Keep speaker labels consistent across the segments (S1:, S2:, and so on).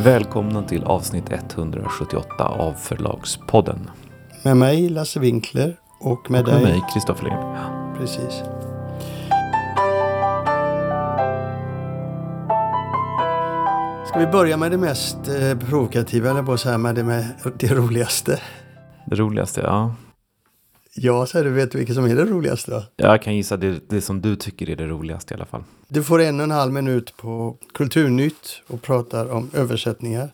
S1: Välkomna till avsnitt 178 av Förlagspodden.
S2: Med mig Lasse Winkler och med dig.
S1: Med mig Kristoffer Lind.
S2: Ja. Precis. Ska vi börja med det mest provokativa, eller på så här med det roligaste?
S1: Det roligaste, ja.
S2: Ja, så här, du vet vilket som är det roligaste då?
S1: Jag kan gissa det som du tycker är det roligaste i alla fall.
S2: Du får 1,5 minut på Kulturnytt och pratar om översättningar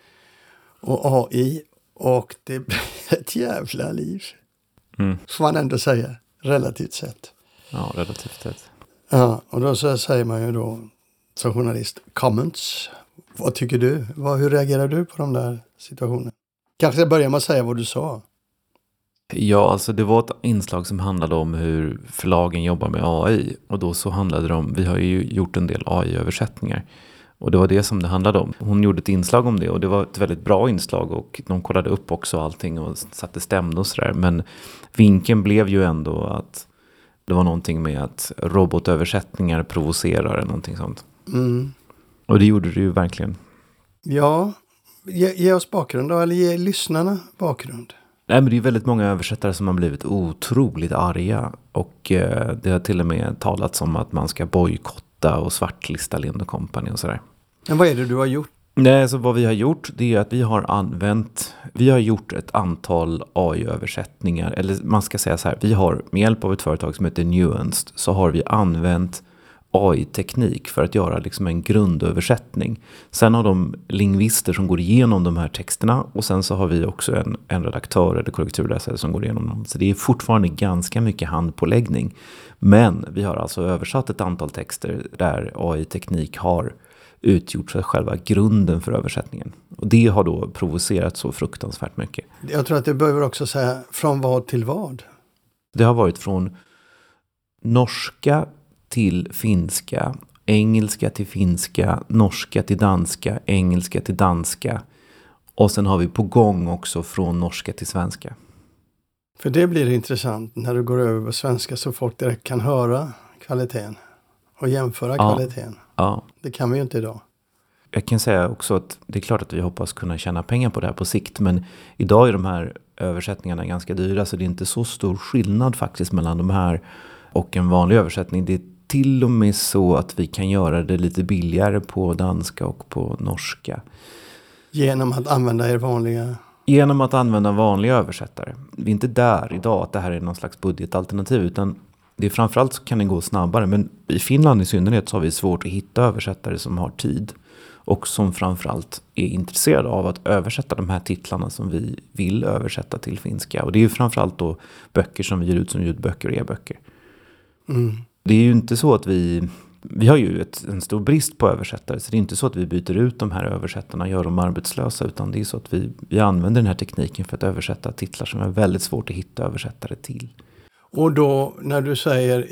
S2: och AI. Och det blir ett jävla liv. Får man ändå säga, relativt sett.
S1: Ja, relativt sett.
S2: Ja, och då så säger man ju då som journalist, comments. Vad tycker du? Hur reagerar du på de där situationerna? Kanske ska börja med att säga vad du sa.
S1: Ja, alltså det var ett inslag som handlade om hur förlagen jobbar med AI. Och då så handlade det om, vi har ju gjort en del AI-översättningar. Och det var det som det handlade om. Hon gjorde ett inslag om det och det var ett väldigt bra inslag. Och de kollade upp också allting och satte stämde och sådär. Men vinkeln blev ju ändå att det var någonting med att robotöversättningar provocerar eller någonting sånt.
S2: Mm.
S1: Och det gjorde det ju verkligen.
S2: Ja, ge oss bakgrund då, eller ge lyssnarna bakgrund.
S1: Nej, men det är väldigt många översättare som har blivit otroligt arga. Och det har till och med talats om att man ska bojkotta och svartlista Lind & Company och sådär.
S2: Men vad är det du har gjort?
S1: Nej, så vad vi har gjort det är att vi har gjort ett antal AI-översättningar. Eller man ska säga så här, vi har med hjälp av ett företag som heter Nuanced så har vi använt AI-teknik för att göra liksom en grundöversättning. Sen har de lingvister som går igenom de här texterna och sen så har vi också en redaktör eller korrekturläsare som går igenom dem. Så det är fortfarande ganska mycket handpåläggning. Men vi har alltså översatt ett antal texter där AI-teknik har utgjort sig själva grunden för översättningen. Och det har då provocerat så fruktansvärt mycket.
S2: Jag tror att det behöver också säga från vad till vad.
S1: Det har varit från norska till finska, engelska till finska, norska till danska, engelska till danska. Och sen har vi på gång också från norska till svenska.
S2: För det blir intressant när du går över på svenska så folk direkt kan höra kvaliteten och jämföra kvaliteten.
S1: Ja.
S2: Det kan vi ju inte idag.
S1: Jag kan säga också att det är klart att vi hoppas kunna tjäna pengar på det här på sikt. Men idag är de här översättningarna ganska dyra så det är inte så stor skillnad faktiskt mellan de här och en vanlig översättning. Det är till och med så att vi kan göra det lite billigare på danska och på norska.
S2: Genom att använda er vanliga...
S1: Genom att använda vanliga översättare. Vi är inte där idag att det här är någon slags budgetalternativ utan det är framförallt så kan det gå snabbare. Men i Finland i synnerhet så har vi svårt att hitta översättare som har tid. Och som framförallt är intresserade av att översätta de här titlarna som vi vill översätta till finska. Och det är ju framförallt då böcker som vi ger ut som ljudböcker och e-böcker.
S2: Mm.
S1: Det är ju inte så att vi har ju en stor brist på översättare. Så det är inte så att vi byter ut de här översättarna och gör dem arbetslösa. Utan det är så att vi använder den här tekniken för att översätta titlar som är väldigt svårt att hitta översättare till.
S2: Och då när du säger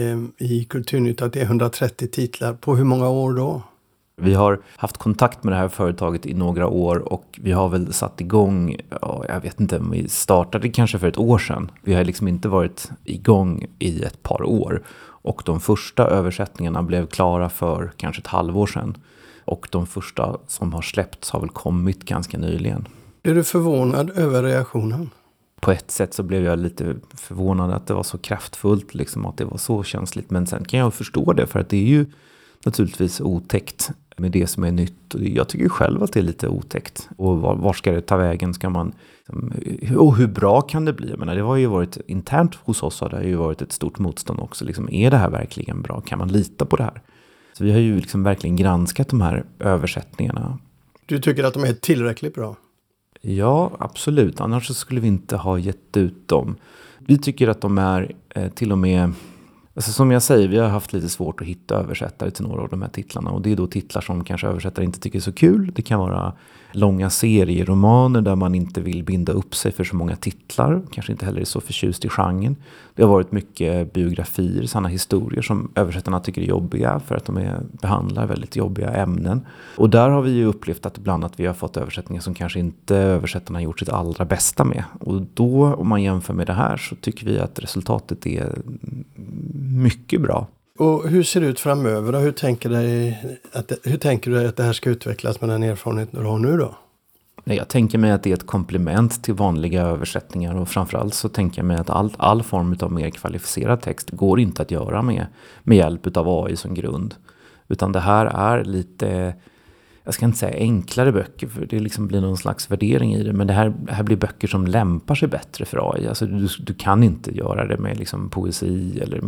S2: i Kulturnytt att det är 130 titlar, på hur många år då?
S1: Vi har haft kontakt med det här företaget i några år och vi har väl satt igång, jag vet inte, vi startade kanske för ett år sedan. Vi har liksom inte varit igång i ett par år och de första översättningarna blev klara för kanske ett halvår sedan. Och de första som har släppts har väl kommit ganska nyligen.
S2: Är du förvånad över reaktionen?
S1: På ett sätt så blev jag lite förvånad att det var så kraftfullt, liksom att det var så känsligt. Men sen kan jag förstå det för att det är ju naturligtvis otäckt med det som är nytt. Och jag tycker själv att det är lite otäckt. Och var ska det ta vägen? Ska man, och hur bra kan det bli? Jag menar, det har ju varit internt hos oss har det ju varit ett stort motstånd också. Liksom, är det här verkligen bra? Kan man lita på det här? Så vi har ju liksom verkligen granskat de här översättningarna. Du
S2: tycker att de är tillräckligt bra?
S1: Ja, absolut. Annars så skulle vi inte ha gett ut dem. Vi tycker att de är till och med... Alltså som jag säger, vi har haft lite svårt att hitta översättare till några av de här titlarna. Och det är då titlar som kanske översättare inte tycker är så kul. Det kan vara långa serieromaner där man inte vill binda upp sig för så många titlar. Kanske inte heller är så förtjust i genren. Det har varit mycket biografier, sådana historier som översättarna tycker är jobbiga för att de behandlar väldigt jobbiga ämnen. Och där har vi ju upplevt att ibland att vi har fått översättningar som kanske inte översättarna har gjort sitt allra bästa med. Och då, om man jämför med det här, så tycker vi att resultatet är mycket bra.
S2: Och hur ser det ut framöver? Hur tänker du dig att det här ska utvecklas med den erfarenhet du har nu då?
S1: Jag tänker mig att det är ett komplement till vanliga översättningar, och framförallt så tänker jag mig att all form av mer kvalificerad text går inte att göra med hjälp av AI som grund. Utan det här är lite, jag ska inte säga enklare böcker, för det liksom blir någon slags värdering i det, men det här blir böcker som lämpar sig bättre för AI. Alltså du kan inte göra det med liksom poesi eller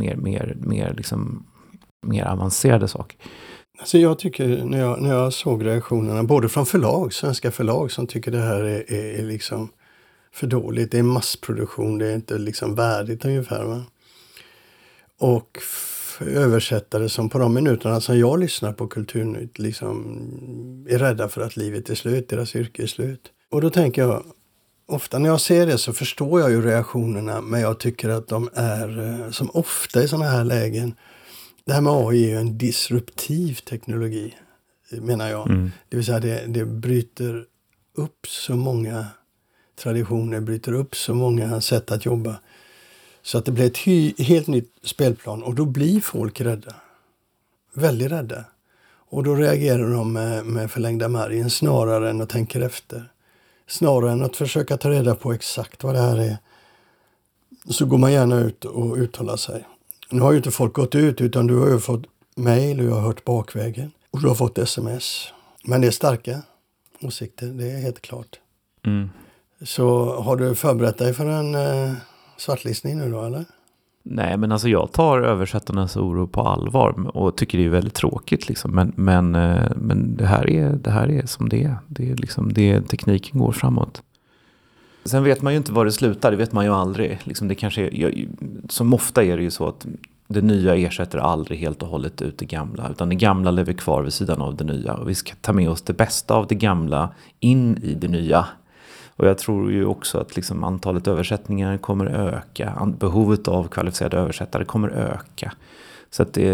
S1: mer avancerade saker.
S2: Alltså jag tycker, när jag såg reaktionerna, både från svenska förlag som tycker det här är liksom för dåligt, det är massproduktion, det är inte liksom värdigt ungefär, va? Och översättare som på de minuterna som jag lyssnar på Kulturnytt liksom är rädda för att livet är slut, deras yrke är slut. Och då tänker jag, ofta när jag ser det så förstår jag ju reaktionerna, men jag tycker att de är, som ofta i sådana här lägen, det här med AI är ju en disruptiv teknologi, menar jag. Det vill säga det bryter upp så många traditioner, bryter upp så många sätt att jobba. Så att det blir ett helt nytt spelplan, och då blir folk rädda. Väldigt rädda. Och då reagerar de med förlängda märgen snarare än att tänka efter. Snarare än att försöka ta reda på exakt vad det här är, så går man gärna ut och uttalar sig. Nu har ju inte folk gått ut, utan du har ju fått mejl och jag har hört bakvägen. Och du har fått sms. Men det är starka åsikter, det är helt klart. Så har du förberett dig för en svartlistning nu då, eller?
S1: Nej, men alltså jag tar översättarnas oro på allvar och tycker det är väldigt tråkigt liksom. Men det här är som det är. Det är liksom tekniken går framåt. Sen vet man ju inte var det slutar, det vet man ju aldrig. Liksom det kanske är, som ofta är det ju så att det nya ersätter aldrig helt och hållet ut det gamla. Utan det gamla lever kvar vid sidan av det nya. Och vi ska ta med oss det bästa av det gamla in i det nya. Och jag tror ju också att liksom antalet översättningar kommer öka. Behovet av kvalificerade översättare kommer öka. Så att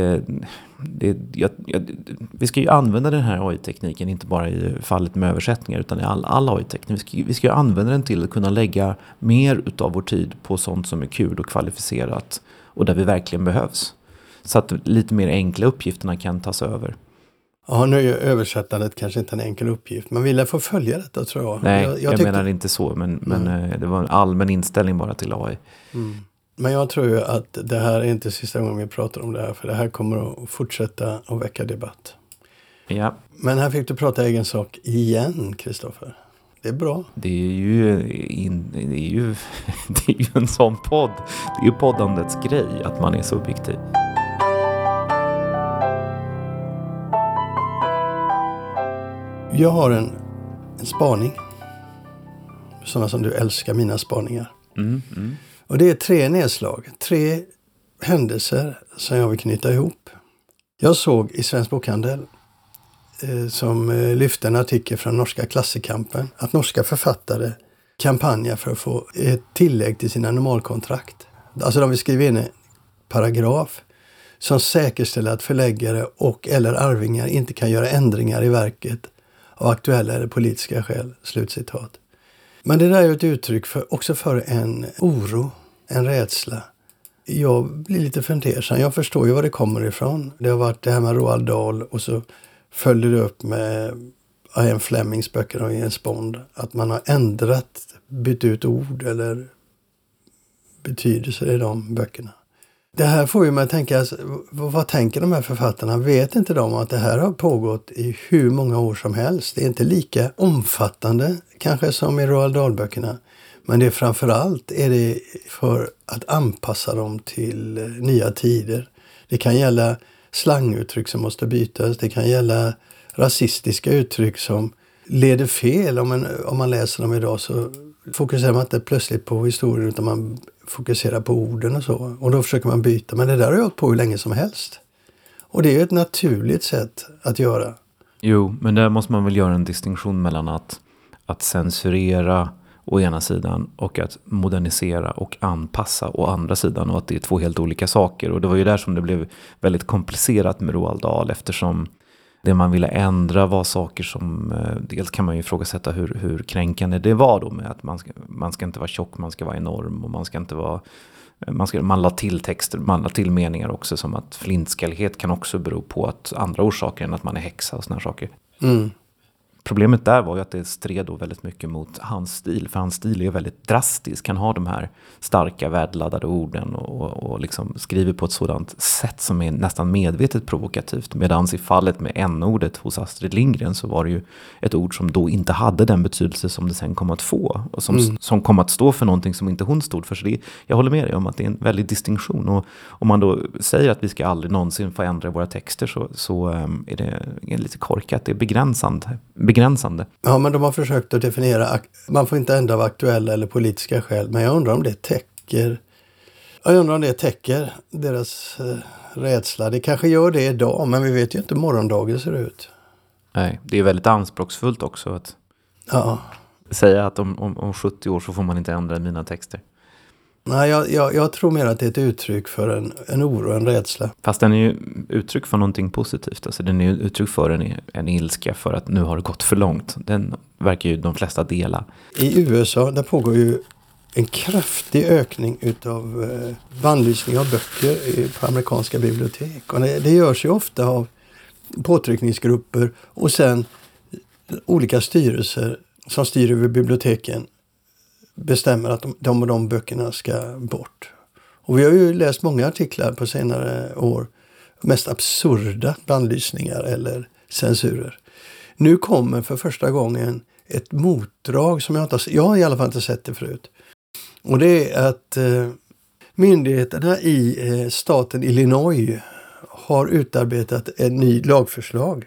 S1: vi ska ju använda den här AI-tekniken inte bara i fallet med översättningar utan i all AI-teknik. Vi ska ju använda den till att kunna lägga mer utav vår tid på sånt som är kul och kvalificerat och där vi verkligen behövs. Så att lite mer enkla uppgifterna kan tas över.
S2: Ja, nu är ju översättandet kanske inte en enkel uppgift, men vill jag få följa detta, tror jag.
S1: Nej, jag menar inte så, men det var en allmän inställning bara till AI.
S2: Men jag tror ju att det här är inte sista gången vi pratar om det här, för det här kommer att fortsätta att väcka debatt.
S1: Ja.
S2: Men här fick du prata egen sak igen, Kristoffer. Det är bra.
S1: Det är ju en sån podd. Det är ju poddandets grej att man är subjektiv.
S2: Jag har en spaning. Sådana som du älskar, mina spaningar. Och det är 3 nedslag. 3 händelser som jag vill knyta ihop. Jag såg i Svensk Bokhandel som lyfte en artikel från norska Klassekampen att norska författare kampanjar för att få ett tillägg till sina normalkontrakt. Alltså de vill skriva in en paragraf som säkerställer att förläggare och eller arvingar inte kan göra ändringar i verket av aktuella eller politiska skäl. Slutcitat. Men det där är ett uttryck också för en oro, en rädsla. Jag blir lite fundersam. Jag förstår ju var det kommer ifrån. Det har varit det här med Roald Dahl och så följde det upp med Ian Flemings böcker och James Bond. Att man har bytt ut ord eller betydelser i de böckerna. Det här får ju mig att tänka, vad tänker de här författarna? Vet inte de att det här har pågått i hur många år som helst? Det är inte lika omfattande kanske som i Roald Dahl-böckerna. Men det är framförallt för att anpassa dem till nya tider. Det kan gälla slanguttryck som måste bytas. Det kan gälla rasistiska uttryck som leder fel. Om man läser dem idag så fokuserar man inte plötsligt på historien utan man fokuserar på orden och så. Och då försöker man byta. Men det där har jag hållit på hur länge som helst. Och det är ett naturligt sätt att göra.
S1: Jo, men där måste man väl göra en distinktion mellan att censurera å ena sidan och att modernisera och anpassa å andra sidan, och att det är 2 helt olika saker. Och det var ju där som det blev väldigt komplicerat med Roald Dahl, eftersom det man ville ändra var saker som, dels kan man ju ifrågasätta hur kränkande det var då med att man ska inte vara tjock, man ska vara enorm och man ska inte vara Man la till texter, man la till meningar också, som att flintskallighet kan också bero på att andra orsaker än att man är häxa och såna här saker. Problemet där var ju att det stred då väldigt mycket mot hans stil. För hans stil är väldigt drastisk. Han har de här starka värdeladdade orden och liksom skriver på ett sådant sätt som är nästan medvetet provokativt. Medan i fallet med n-ordet hos Astrid Lindgren så var det ju ett ord som då inte hade den betydelse som det sen kom att få. Och som kom att stå för någonting som inte hon stod för. Så jag håller med dig om att det är en väldig distinktion. Och om man då säger att vi ska aldrig någonsin få ändra våra texter så är det lite korkat. Det är begränsande.
S2: Ja, men de har försökt att definiera, man får inte ändra av aktuella eller politiska skäl, men jag undrar om det täcker deras rädsla. Det kanske gör det idag, men vi vet ju inte hur morgondagen ser ut.
S1: Nej, det är väldigt anspråksfullt också att säga att om 70 år så får man inte ändra mina texter.
S2: Nej, jag tror mer att det är ett uttryck för en oro, en rädsla.
S1: Fast den är ju uttryck för någonting positivt. Alltså den är ju uttryck för en ilska för att nu har det gått för långt. Den verkar ju de flesta dela.
S2: I USA där pågår ju en kraftig ökning utav bannlysning av böcker på amerikanska bibliotek. Och det görs ju ofta av påtryckningsgrupper och sen olika styrelser som styr över biblioteken bestämmer att de böckerna ska bort. Och vi har ju läst många artiklar på senare år, mest absurda bannlysningar eller censurer. Nu kommer för första gången ett motdrag som jag har i alla fall inte sett det förut. Och det är att myndigheterna i staten Illinois har utarbetat en ny lagförslag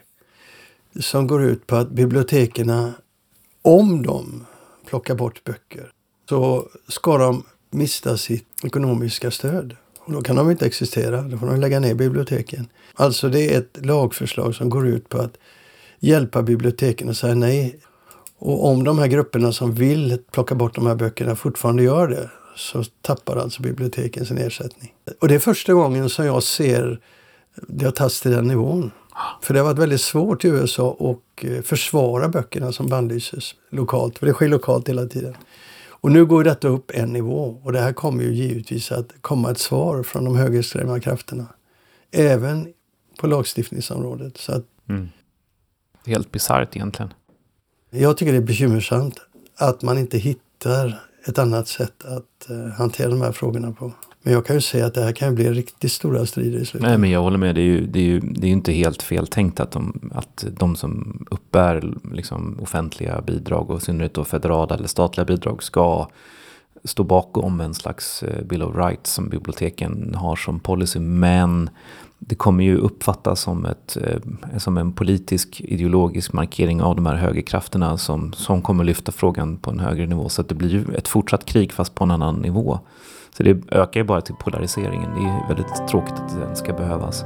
S2: som går ut på att bibliotekerna, om de plockar bort böcker, så ska de mista sitt ekonomiska stöd. Och då kan de inte existera. Då får de lägga ner biblioteken. Alltså det är ett lagförslag som går ut på att hjälpa biblioteken att säga nej. Och om de här grupperna som vill plocka bort de här böckerna fortfarande gör det, så tappar alltså biblioteken sin ersättning. Och det är första gången som jag ser det har tagits till den nivån. För det har varit väldigt svårt i USA att försvara böckerna som bannlyses lokalt. För det sker lokalt hela tiden. Och nu går detta upp en nivå. Och det här kommer ju givetvis att komma ett svar från de högerextrema krafterna. Även på lagstiftningsområdet. Så att,
S1: Helt bisarrt egentligen.
S2: Jag tycker det är bekymmersamt att man inte hittar ett annat sätt att hantera de här frågorna på. Men jag kan ju säga att det här kan bli riktigt stora strider i slutet.
S1: Nej, men jag håller med. Det är ju inte helt fel tänkt att de som uppbär liksom offentliga bidrag och i synnerhet då federala eller statliga bidrag ska stå bakom en slags Bill of Rights som biblioteken har som policy. Men det kommer ju uppfattas som en politisk, ideologisk markering av de här högerkrafterna som kommer lyfta frågan på en högre nivå. Så att det blir ju ett fortsatt krig fast på en annan nivå. Så det ökar ju bara till polariseringen. Det är väldigt tråkigt att den ska behövas.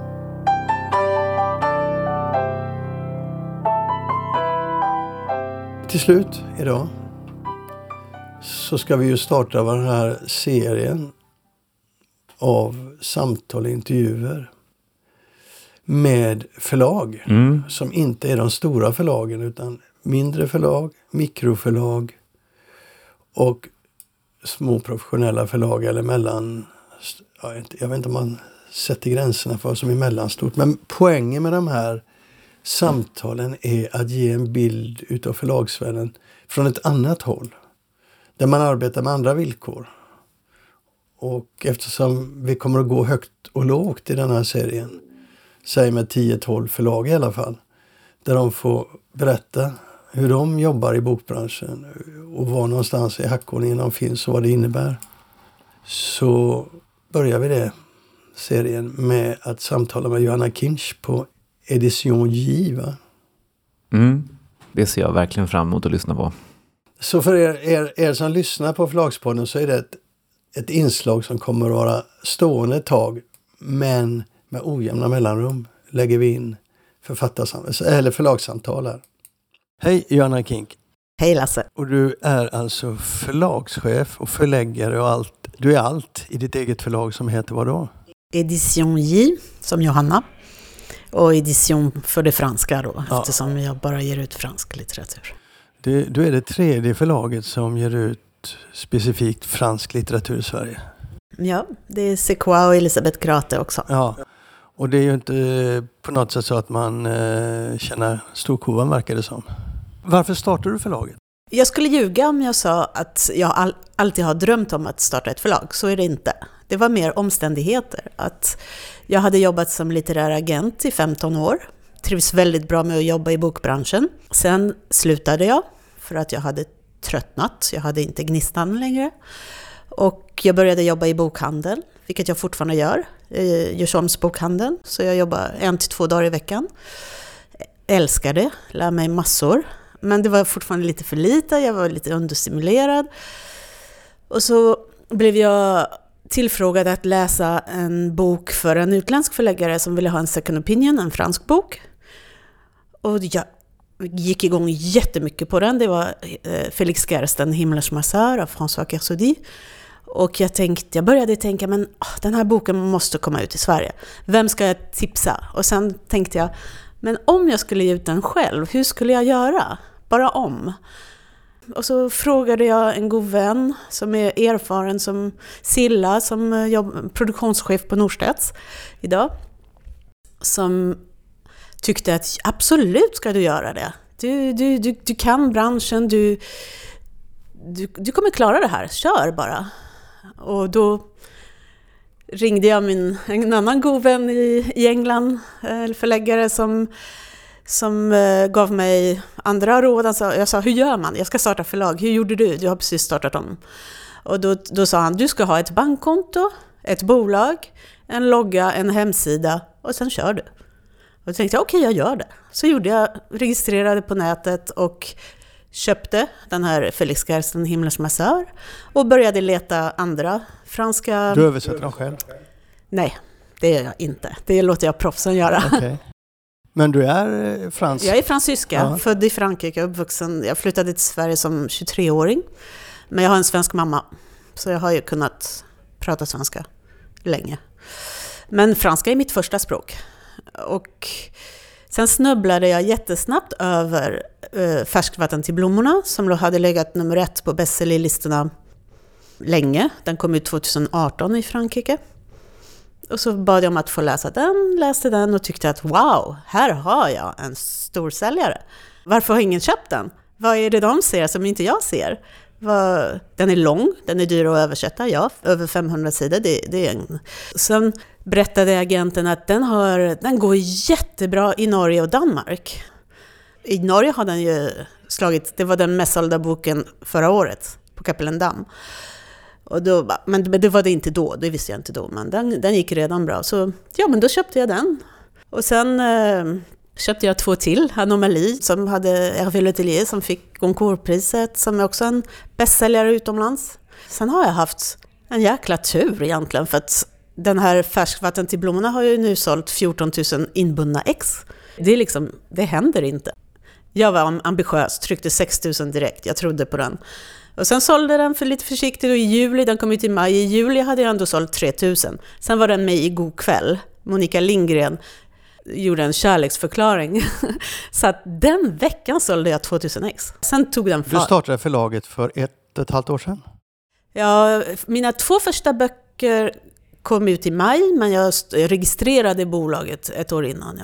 S2: Till slut idag så ska vi ju starta den här serien av samtal och intervjuer med förlag som inte är de stora förlagen utan mindre förlag, mikroförlag och små professionella förlag eller mellan, jag vet inte om man sätter gränserna för vad som är mellanstort, men poängen med de här samtalen är att ge en bild utav förlagsvärlden från ett annat håll där man arbetar med andra villkor. Och eftersom vi kommer att gå högt och lågt i den här serien, säg med 10-12 förlag i alla fall, där de får berätta hur de jobbar i bokbranschen och var någonstans i hackordningen de finns och vad det innebär. Så börjar vi det serien med att samtala med Johanna Kinch på Edition J, va?
S1: Det ser jag verkligen fram emot att lyssna på.
S2: Så för er som lyssnar på Förlagspodden så är det ett inslag som kommer att vara stående ett tag, men med ojämna mellanrum lägger vi in förlagssamtal här. Hej Johanna Kinch.
S3: Hej Lasse.
S2: Och du är alltså förlagschef och förläggare och allt. Du är allt i ditt eget förlag som heter vad då?
S3: Edition J som Johanna och Edition för det franska då, eftersom jag bara ger ut fransk litteratur.
S2: Du är det tredje förlaget som ger ut specifikt fransk litteratur i Sverige.
S3: Ja, det är Sequoia och Elisabeth Grate också.
S2: Ja, och det är ju inte på något sätt så att man känner storkovan, verkar det som. Varför startade du förlaget?
S3: Jag skulle ljuga om jag sa att jag alltid har drömt om att starta ett förlag. Så är det inte. Det var mer omständigheter. Att jag hade jobbat som litterär agent i 15 år. Trivs väldigt bra med att jobba i bokbranschen. Sen slutade jag för att jag hade tröttnat. Jag hade inte gnistan längre. Och jag började jobba i bokhandeln, vilket jag fortfarande gör. Djursholms bokhandeln. Så jag jobbar 1-2 dagar i veckan. Älskar det, lär mig massor. Men det var fortfarande lite för lite, jag var lite understimulerad. Och så blev jag tillfrågad att läsa en bok för en utländsk förläggare som ville ha en second opinion, en fransk bok. Och jag gick igång jättemycket på den. Det var Félix Gersten, Himmlers massör av François Kersaudy. Och jag började tänka, men den här boken måste komma ut i Sverige. Vem ska jag tipsa? Och sen tänkte jag, men om jag skulle ge ut den själv, hur skulle jag göra? Bara om. Och så frågade jag en god vän som är erfaren som Silla, som produktionschef på Norstedts idag. Som tyckte att absolut ska du göra det. Du kan branschen, du kommer klara det här, kör bara. Och då ringde jag en annan god vän i England, förläggare som gav mig andra råd. Alltså, jag sa, hur gör man? Jag ska starta förlag. Hur gjorde du? Du har precis startat dem. Och då sa han, du ska ha ett bankkonto, ett bolag, en logga, en hemsida och sen kör du. Och då tänkte jag, okej, jag gör det. Så registrerade på nätet och köpte den här Félix Gersten, Himmlers massör, och började leta andra franska...
S2: Du översätter dem själv?
S3: Nej, det gör jag inte. Det låter jag proffsen göra.
S2: Okay. Men du är fransk?
S3: Jag är fransyska, född i Frankrike, uppvuxen. Jag flyttade till Sverige som 23-åring. Men jag har en svensk mamma, så jag har ju kunnat prata svenska länge. Men franska är mitt första språk. Och sen snubblade jag jättesnabbt över Färskvatten till blommorna, som hade legat nummer 1 på bestsellerlistorna länge. Den kom ut 2018 i Frankrike. Och så bad jag om att få läste den och tyckte att wow, här har jag en storsäljare. Varför har ingen köpt den? Vad är det de ser som inte jag ser? Den är lång, den är dyr att översätta, ja, över 500 sidor. Det är en. Sen berättade agenten att den går jättebra i Norge och Danmark. I Norge har den ju slagit, det var den mest sålda boken förra året på Kapellendam. Och då, men det var det inte då, det visste jag inte då, men den gick redan bra. Så ja, men då köpte jag den. Och sen köpte jag 2 till, Anomalie som hade Hervé Letellier som fick Goncourt-priset, som är också en bästsäljare utomlands. Sen har jag haft en jäkla tur egentligen, för att den här Färskvatten till blommorna har ju nu sålt 14 000 inbundna ex. Det händer inte. Jag var ambitiös, tryckte 6 000 direkt, jag trodde på den. Och sen sålde den för lite försiktigt, och i juli, den kom ut i maj, i juli hade jag ändå sålt 3 000. Sen var den med i God kväll. Monica Lindgren gjorde en kärleksförklaring. Så att den veckan sålde jag 2000 ex. Sen tog den fart.
S2: Du startade förlaget för 1,5 år sedan?
S3: Ja, mina 2 första böcker kom ut i maj, men jag registrerade bolaget 1 år innan.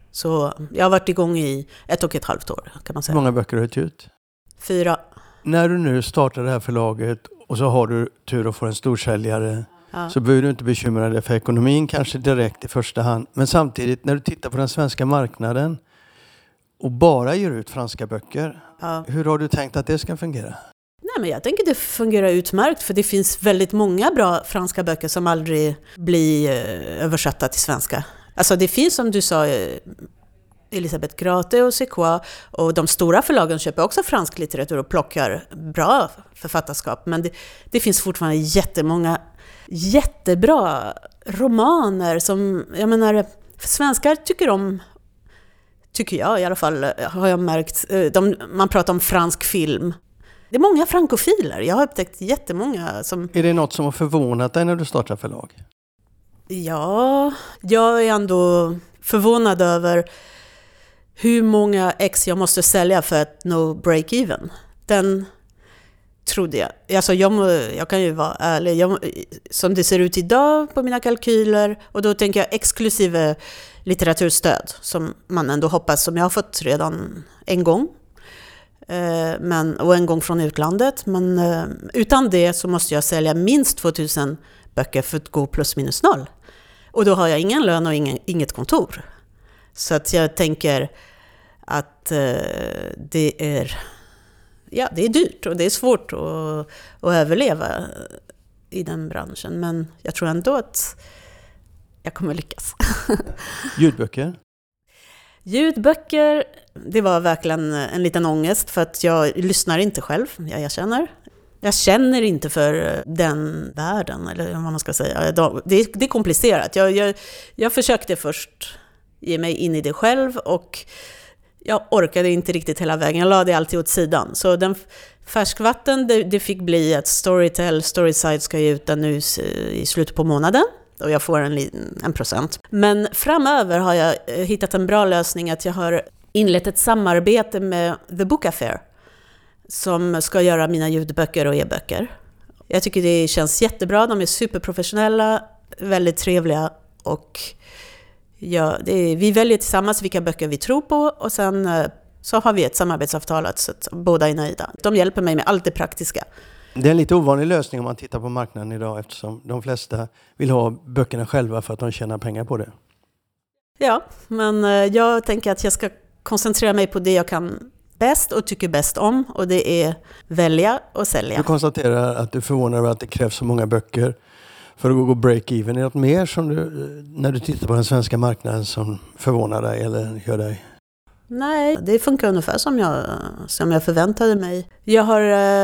S3: Så jag har varit igång i 1,5 år, kan man säga.
S2: Hur många böcker har du ut?
S3: 4.
S2: När du nu startar det här förlaget och så har du tur att få en storsäljare, så behöver du inte bekymra dig för ekonomin kanske direkt i första hand. Men samtidigt, när du tittar på den svenska marknaden och bara ger ut franska böcker, hur har du tänkt att det ska fungera?
S3: Nej, men jag tänker det fungerar utmärkt, för det finns väldigt många bra franska böcker som aldrig blir översatta till svenska. Alltså det finns, som du sa, Elisabeth Grate och Sequoia, och de stora förlagen köper också fransk litteratur och plockar bra författarskap. Men det finns fortfarande jättemånga jättebra romaner som, jag menar, svenskar tycker jag i alla fall, har jag märkt. Man pratar om fransk film. Det är många frankofiler. Jag har upptäckt jättemånga som...
S2: Är det något som har förvånat dig när du startar förlag?
S3: Ja, jag är ändå förvånad över hur många ex jag måste sälja för att nå break-even. Den trodde jag. Alltså jag kan ju vara ärlig. Som det ser ut idag på mina kalkyler, och då tänker jag exklusive litteraturstöd som man ändå hoppas, som jag har fått redan en gång. Och en gång från utlandet. Men utan det så måste jag sälja minst 2000 böcker för att gå plus minus noll. Och då har jag ingen lön och inget kontor. Så att jag tänker att det är dyrt och det är svårt att överleva i den branschen. Men jag tror ändå att jag kommer lyckas. Ljudböcker, det var verkligen en liten ångest för att jag lyssnar inte själv, jag erkänner. Jag känner inte för den världen, eller vad man ska säga. Det är komplicerat. Jag försökte först ge mig in i det själv och jag orkade inte riktigt hela vägen. Jag la det alltid åt sidan. Så den färskvatten, det fick bli att Storyside ska ge ut den nu i slutet på månaden. Och jag får 1%. Men framöver har jag hittat en bra lösning att jag har inlett ett samarbete med The Book Affair som ska göra mina ljudböcker och e-böcker. Jag tycker det känns jättebra. De är superprofessionella, väldigt trevliga och vi väljer tillsammans vilka böcker vi tror på och sen så har vi ett samarbetsavtal så att båda är nöjda. De hjälper mig med allt det praktiska.
S2: Det är en lite ovanlig lösning om man tittar på marknaden idag eftersom de flesta vill ha böckerna själva för att de tjänar pengar på det.
S3: Ja, men jag tänker att jag ska koncentrera mig på det jag kan bäst och tycker bäst om och det är välja och sälja.
S2: Du konstaterar att du förvånar över att det krävs så många böcker för att gå break-even. Är det något mer som när du tittar på den svenska marknaden som förvånar dig eller gör dig?
S3: Nej, det funkar ungefär som jag förväntade mig. Jag har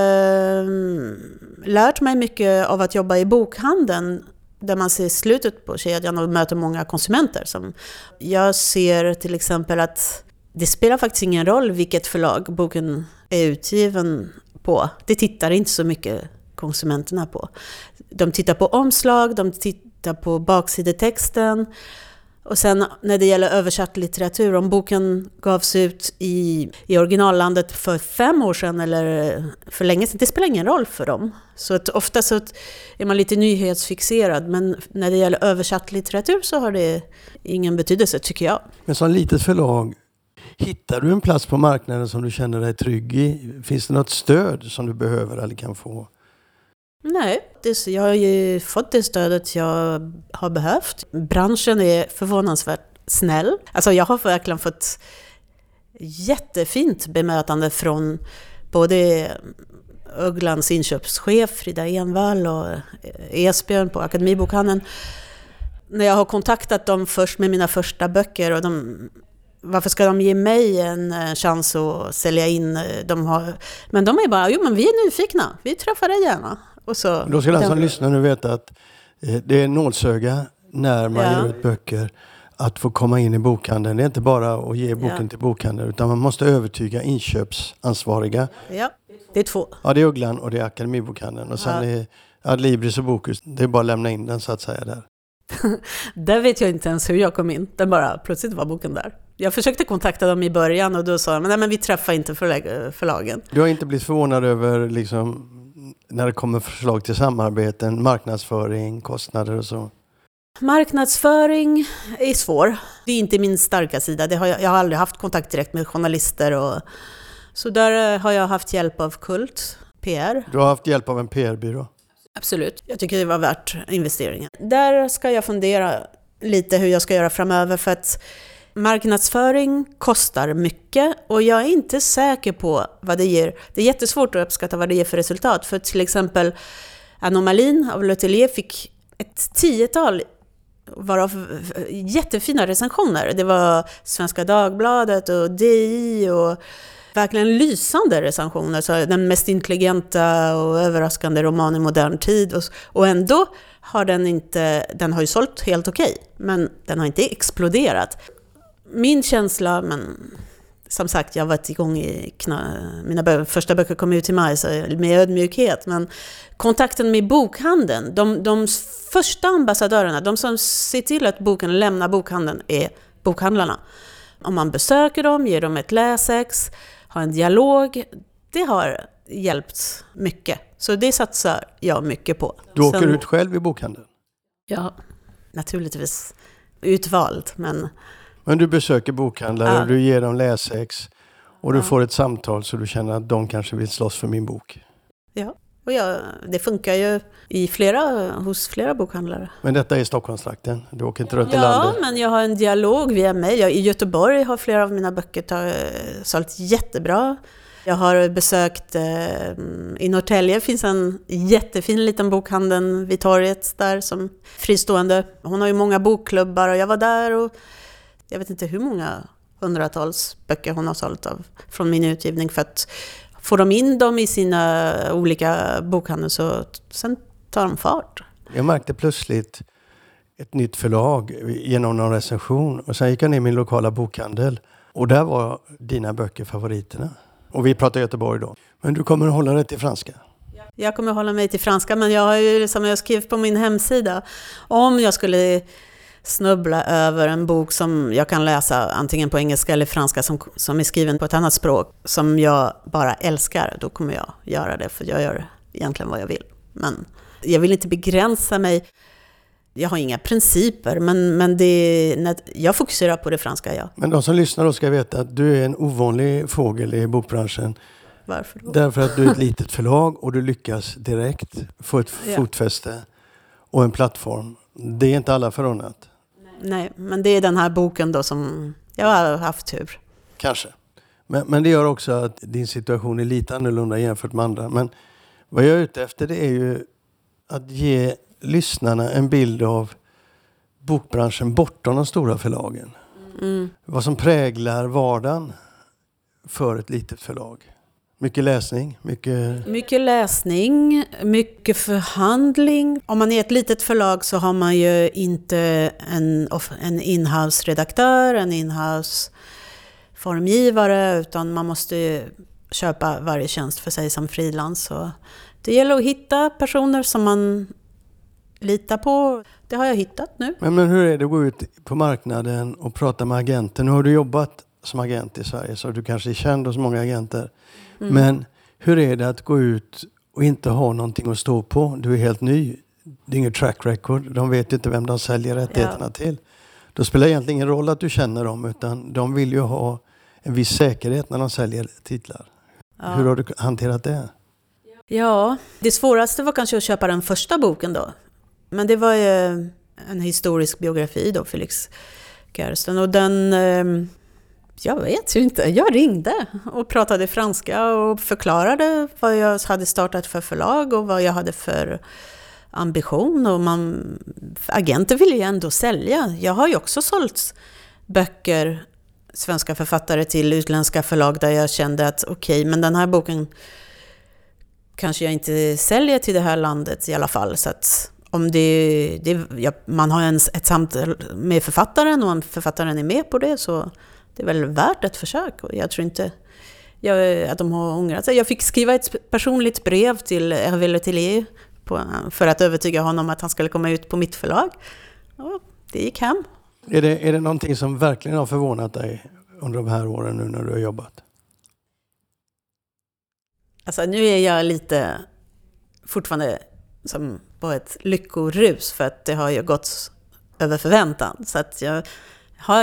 S3: lärt mig mycket av att jobba i bokhandeln där man ser slutet på kedjan och möter många konsumenter. Jag ser till exempel att det spelar faktiskt ingen roll vilket förlag boken är utgiven på. Det tittar inte så mycket konsumenterna på. De tittar på omslag, de tittar på baksidetexten. Och sen när det gäller översatt litteratur, om boken gavs ut i originallandet för 5 år sedan eller för länge sedan, det spelar ingen roll för dem. Så att ofta så är man lite nyhetsfixerad, men när det gäller översatt litteratur så har det ingen betydelse tycker jag.
S2: Men som litet förlag, hittar du en plats på marknaden som du känner dig trygg i? Finns det något stöd som du behöver eller kan få?
S3: Nej, jag har ju fått det stödet jag har behövt. Branschen är förvånansvärt snäll. Alltså jag har verkligen fått jättefint bemötande från både Öglans inköpschef Frida Envall och Esbjörn på Akademibokhandeln. När jag har kontaktat dem först med mina första böcker och varför ska de ge mig en chans att sälja in? Men de är bara, men vi är nyfikna, vi träffar dig gärna. Och så,
S2: då ska den som lyssnar nu veta att det är nålsöga när man ger ut böcker att få komma in i bokhandeln. Det är inte bara att ge boken till bokhandeln utan man måste övertyga inköpsansvariga.
S3: Ja, det är 2.
S2: Ja, det är Ugglan och det är Akademibokhandeln. Och sen är Adlibris och Bokus, det är bara att lämna in den så att säga där.
S3: Där vet jag inte ens hur jag kom in. Den bara, plötsligt var boken där. Jag försökte kontakta dem i början och då sa de, nej men vi träffar inte förlagen.
S2: Du har inte blivit förvånad över liksom, när det kommer förslag till samarbeten, marknadsföring, kostnader och så?
S3: Marknadsföring är svår. Det är inte min starka sida. Jag har aldrig haft kontakt direkt med journalister. Så där har jag haft hjälp av Kult, PR.
S2: Du har haft hjälp av en PR-byrå?
S3: Absolut. Jag tycker det var värt investeringen. Där ska jag fundera lite hur jag ska göra framöver för att marknadsföring kostar mycket och jag är inte säker på vad det ger. Det är jättesvårt att uppskatta vad det ger för resultat. För till exempel Anomalin av L'Atelier fick ett 10-tal varav jättefina recensioner. Det var Svenska Dagbladet och DI och verkligen lysande recensioner. Så den mest intelligenta och överraskande roman i modern tid. Och ändå har den har ju sålt helt okej, men den har inte exploderat. Min känsla, men som sagt, jag har varit igång mina första böcker kom ut i maj så med ödmjukhet, men kontakten med bokhandeln, de första ambassadörerna, de som ser till att boken lämnar bokhandeln är bokhandlarna. Om man besöker dem, ger dem ett läsex, har en dialog, det har hjälpt mycket. Så det satsar jag mycket på.
S2: Du åker ut själv i bokhandeln?
S3: Ja, naturligtvis utvald. Men
S2: du besöker bokhandlare och du ger dem läsex och du får ett samtal så du känner att de kanske vill slåss för min bok.
S3: Ja, och det funkar ju hos flera bokhandlare.
S2: Men detta är Stockholmstrakten? Du åker inte runt i landet?
S3: Ja, men jag har en dialog via mig. I Göteborg har flera av mina böcker sålt jättebra. Jag har besökt, i Norrtälje finns en jättefin liten bokhandel vid torget där som fristående. Hon har ju många bokklubbar och jag var där och jag vet inte hur många hundratals böcker hon har sålt från min utgivning. För att får de in dem i sina olika bokhandel så sen tar de fart.
S2: Jag märkte plötsligt ett nytt förlag genom någon recension och sen gick jag ner i min lokala bokhandel och där var dina böcker favoriterna. Och vi pratar Göteborg då. Men du kommer att hålla dig till franska?
S3: Jag kommer att hålla mig till franska, men jag har ju, som jag skrivit på min hemsida, om jag skulle snubbla över en bok som jag kan läsa antingen på engelska eller franska som är skriven på ett annat språk som jag bara älskar, då kommer jag göra det, för jag gör egentligen vad jag vill. Men jag vill inte begränsa mig. Jag har inga principer, men jag fokuserar på det franska, ja.
S2: Men de som lyssnar då ska veta att du är en ovanlig fågel i bokbranschen.
S3: Varför då?
S2: Därför att du är ett litet förlag och du lyckas direkt få ett fotfäste och en plattform. Det är inte alla förunnat.
S3: Nej, men det är den här boken då som jag har haft tur.
S2: Kanske. Men det gör också att din situation är lite annorlunda jämfört med andra. Men vad jag är ute efter det är ju att ge lyssnarna en bild av bokbranschen bortom de stora förlagen. Vad som präglar vardagen för ett litet förlag. Mycket läsning,
S3: mycket läsning, mycket förhandling. Om man är ett litet förlag så har man ju inte en inhouse-redaktör, en inhouse-formgivare, utan man måste ju köpa varje tjänst för sig som frilans. Så det gäller att hitta personer som man litar på. Det har jag hittat nu.
S2: Men hur är det att gå ut på marknaden och prata med agenter? Nu har du jobbat som agent i Sverige så du kanske är känd hos många agenter. Men hur är det att gå ut och inte ha någonting att stå på? Du är helt ny. Det är ingen track record. De vet inte vem de säljer rättigheterna till. Då spelar det egentligen ingen roll att du känner dem, utan de vill ju ha en viss säkerhet när de säljer titlar. Ja. Hur har du hanterat det?
S3: Ja, det svåraste var kanske att köpa den första boken då. Men det var ju en historisk biografi då, Felix Kersten. Och den... Jag vet ju inte. Jag ringde och pratade franska och förklarade vad jag hade startat för förlag och vad jag hade för ambition. Och agenter vill ju ändå sälja. Jag har ju också sålt böcker, svenska författare, till utländska förlag där jag kände att okej, men den här boken kanske jag inte säljer till det här landet i alla fall. Så att om man har ett samtal med författaren och om författaren är med på det, så det är väl värt ett försök. Och jag tror inte att de har ångrat sig. Jag fick skriva ett personligt brev till Hervé Letellier för att övertyga honom att han skulle komma ut på mitt förlag. Och det gick hem.
S2: Är det någonting som verkligen har förvånat dig under de här åren nu när du har jobbat?
S3: Alltså nu är jag lite fortfarande som på ett lyckorus, för att det har ju gått över förväntan. Så att jag har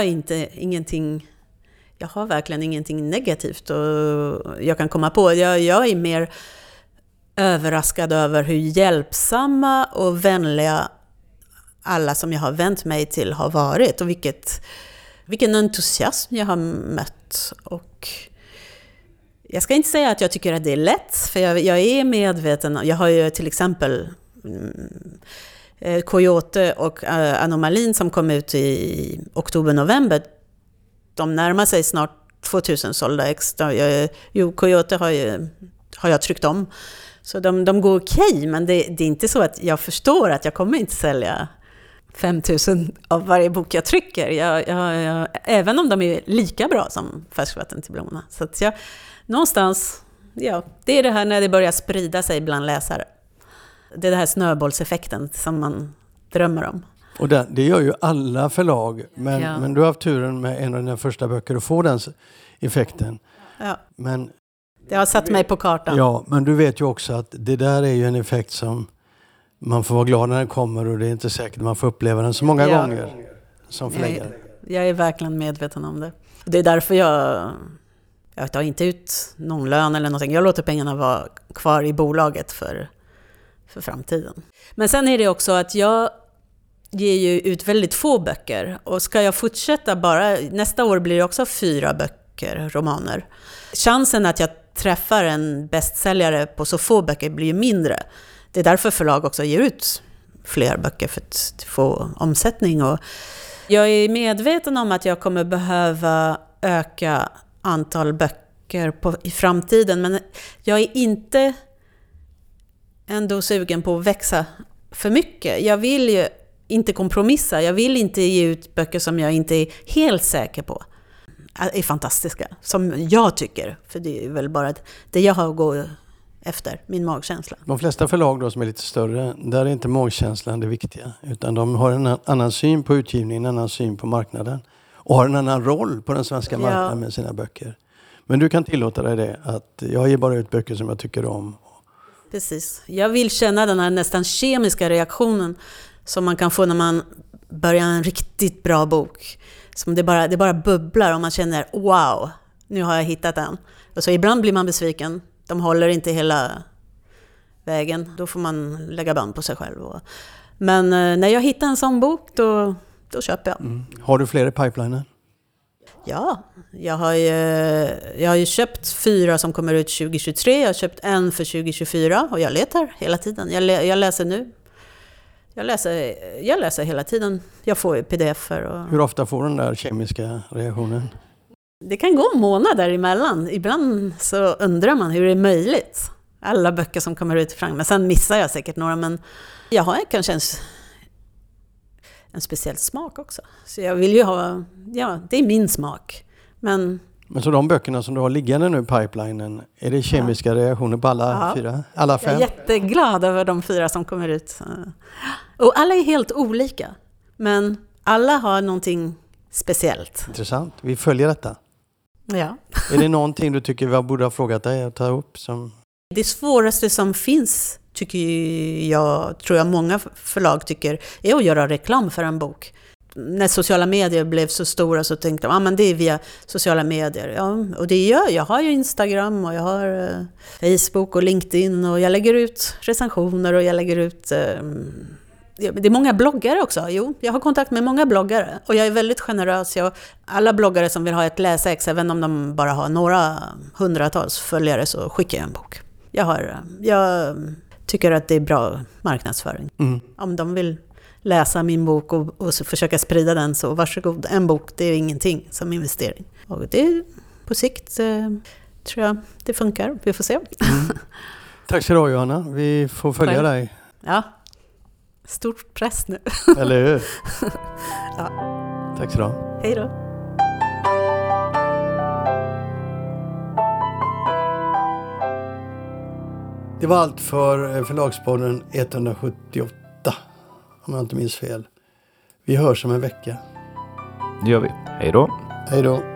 S3: jag har verkligen ingenting negativt och jag kan komma på. Jag är mer överraskad över hur hjälpsamma och vänliga alla som jag har vänt mig till har varit, och vilken entusiasm jag har mött. Och jag ska inte säga att jag tycker att det är lätt, för jag är medveten. Jag har ju till exempel Coyote och Anomalin som kom ut i oktober-november. De närmar sig snart 2000 sålda extra. Coyote har jag tryckt om. Så de går okej, men det är inte så att jag förstår att jag kommer inte sälja 5000 av varje bok jag trycker. Även om de är lika bra som Färskvatten till blommorna. Så att någonstans, det är det här när det börjar sprida sig bland läsare. Det är det här snöbollseffekten som man drömmer om.
S2: Och det gör ju alla förlag. Men du har haft turen med en av dina första böcker att få den effekten.
S3: Ja.
S2: Men
S3: Det har satt mig på kartan.
S2: Ja, men du vet ju också att det där är ju en effekt som man får vara glad när den kommer och det är inte säkert att man får uppleva den så många gånger som förläggare.
S3: Jag är verkligen medveten om det. Det är därför jag tar inte ut någon lön eller någonting. Jag låter pengarna vara kvar i bolaget för framtiden. Men sen är det också att jag ger ju ut väldigt få böcker. Och ska jag fortsätta nästa år blir det också 4 böcker, romaner. Chansen att jag träffar en bästsäljare på så få böcker blir ju mindre. Det är därför förlag också ger ut fler böcker för att få omsättning. Och jag är medveten om att jag kommer behöva öka antal böcker i framtiden. Men jag är inte ändå sugen på att växa för mycket. Jag vill ju inte kompromissa. Jag vill inte ge ut böcker som jag inte är helt säker på är fantastiska. Som jag tycker. För det är väl bara det jag har gått efter, min magkänsla.
S2: De flesta förlag då som är lite större, där är inte magkänslan det viktiga. Utan de har en annan syn på utgivningen, en annan syn på marknaden. Och har en annan roll på den svenska marknaden med sina böcker. Men du kan tillåta dig det, att jag ger bara ut böcker som jag tycker om.
S3: Precis. Jag vill känna den här nästan kemiska reaktionen som man kan få när man börjar en riktigt bra bok. Som det bara bubblar och man känner, wow, nu har jag hittat den. Och så ibland blir man besviken. De håller inte hela vägen. Då får man lägga band på sig själv. Men när jag hittar en sån bok, då köper jag. Mm.
S2: Har du fler i pipelinen?
S3: Ja, jag har ju köpt 4 som kommer ut 2023. Jag har köpt en för 2024 och jag letar hela tiden. Jag läser nu. Jag läser hela tiden. Jag får ju pdf-er.
S2: Hur ofta får du den där kemiska reaktionen?
S3: Det kan gå månader emellan. Ibland så undrar man hur det är möjligt. Alla böcker som kommer ut fram. Men sen missar jag säkert några. Men jag har kanske en speciell smak också. Så jag vill ju ha... Ja, det är min smak. Men
S2: så de böckerna som du har liggande nu i pipelinen, är det kemiska reaktioner på alla 4? Alla 5?
S3: Jag är jätteglad över de 4 som kommer ut. Och alla är helt olika. Men alla har någonting speciellt.
S2: Intressant. Vi följer detta.
S3: Ja.
S2: Är det någonting du tycker vi borde ha frågat dig att ta upp?
S3: Det svåraste som finns, tror jag många förlag tycker, är att göra reklam för en bok. När sociala medier blev så stora så tänkte de, men det är via sociala medier. Ja, och det gör jag. Har ju Instagram och jag har Facebook och LinkedIn och jag lägger ut recensioner och jag lägger ut... Det är många bloggare också. Jo, jag har kontakt med många bloggare och jag är väldigt generös. Alla bloggare som vill ha ett läsex, även om de bara har några hundratals följare, så skickar jag en bok. Jag tycker att det är bra marknadsföring. Mm. Om de vill läsa min bok och försöka sprida den, så varsågod. En bok, det är ingenting som investering. Och det på sikt tror jag det funkar. Vi får se. Mm.
S2: Tack så du ha, Johanna. Vi får följa dig.
S3: Ja. Stor press nu.
S2: Eller hur?
S3: Ja.
S2: Tack så du ha.
S3: Hej då.
S2: Det var allt för Förlagspodden 178. Om jag inte minns fel. Vi hörs om en vecka.
S1: Det gör vi. Hej då.
S2: Hej då.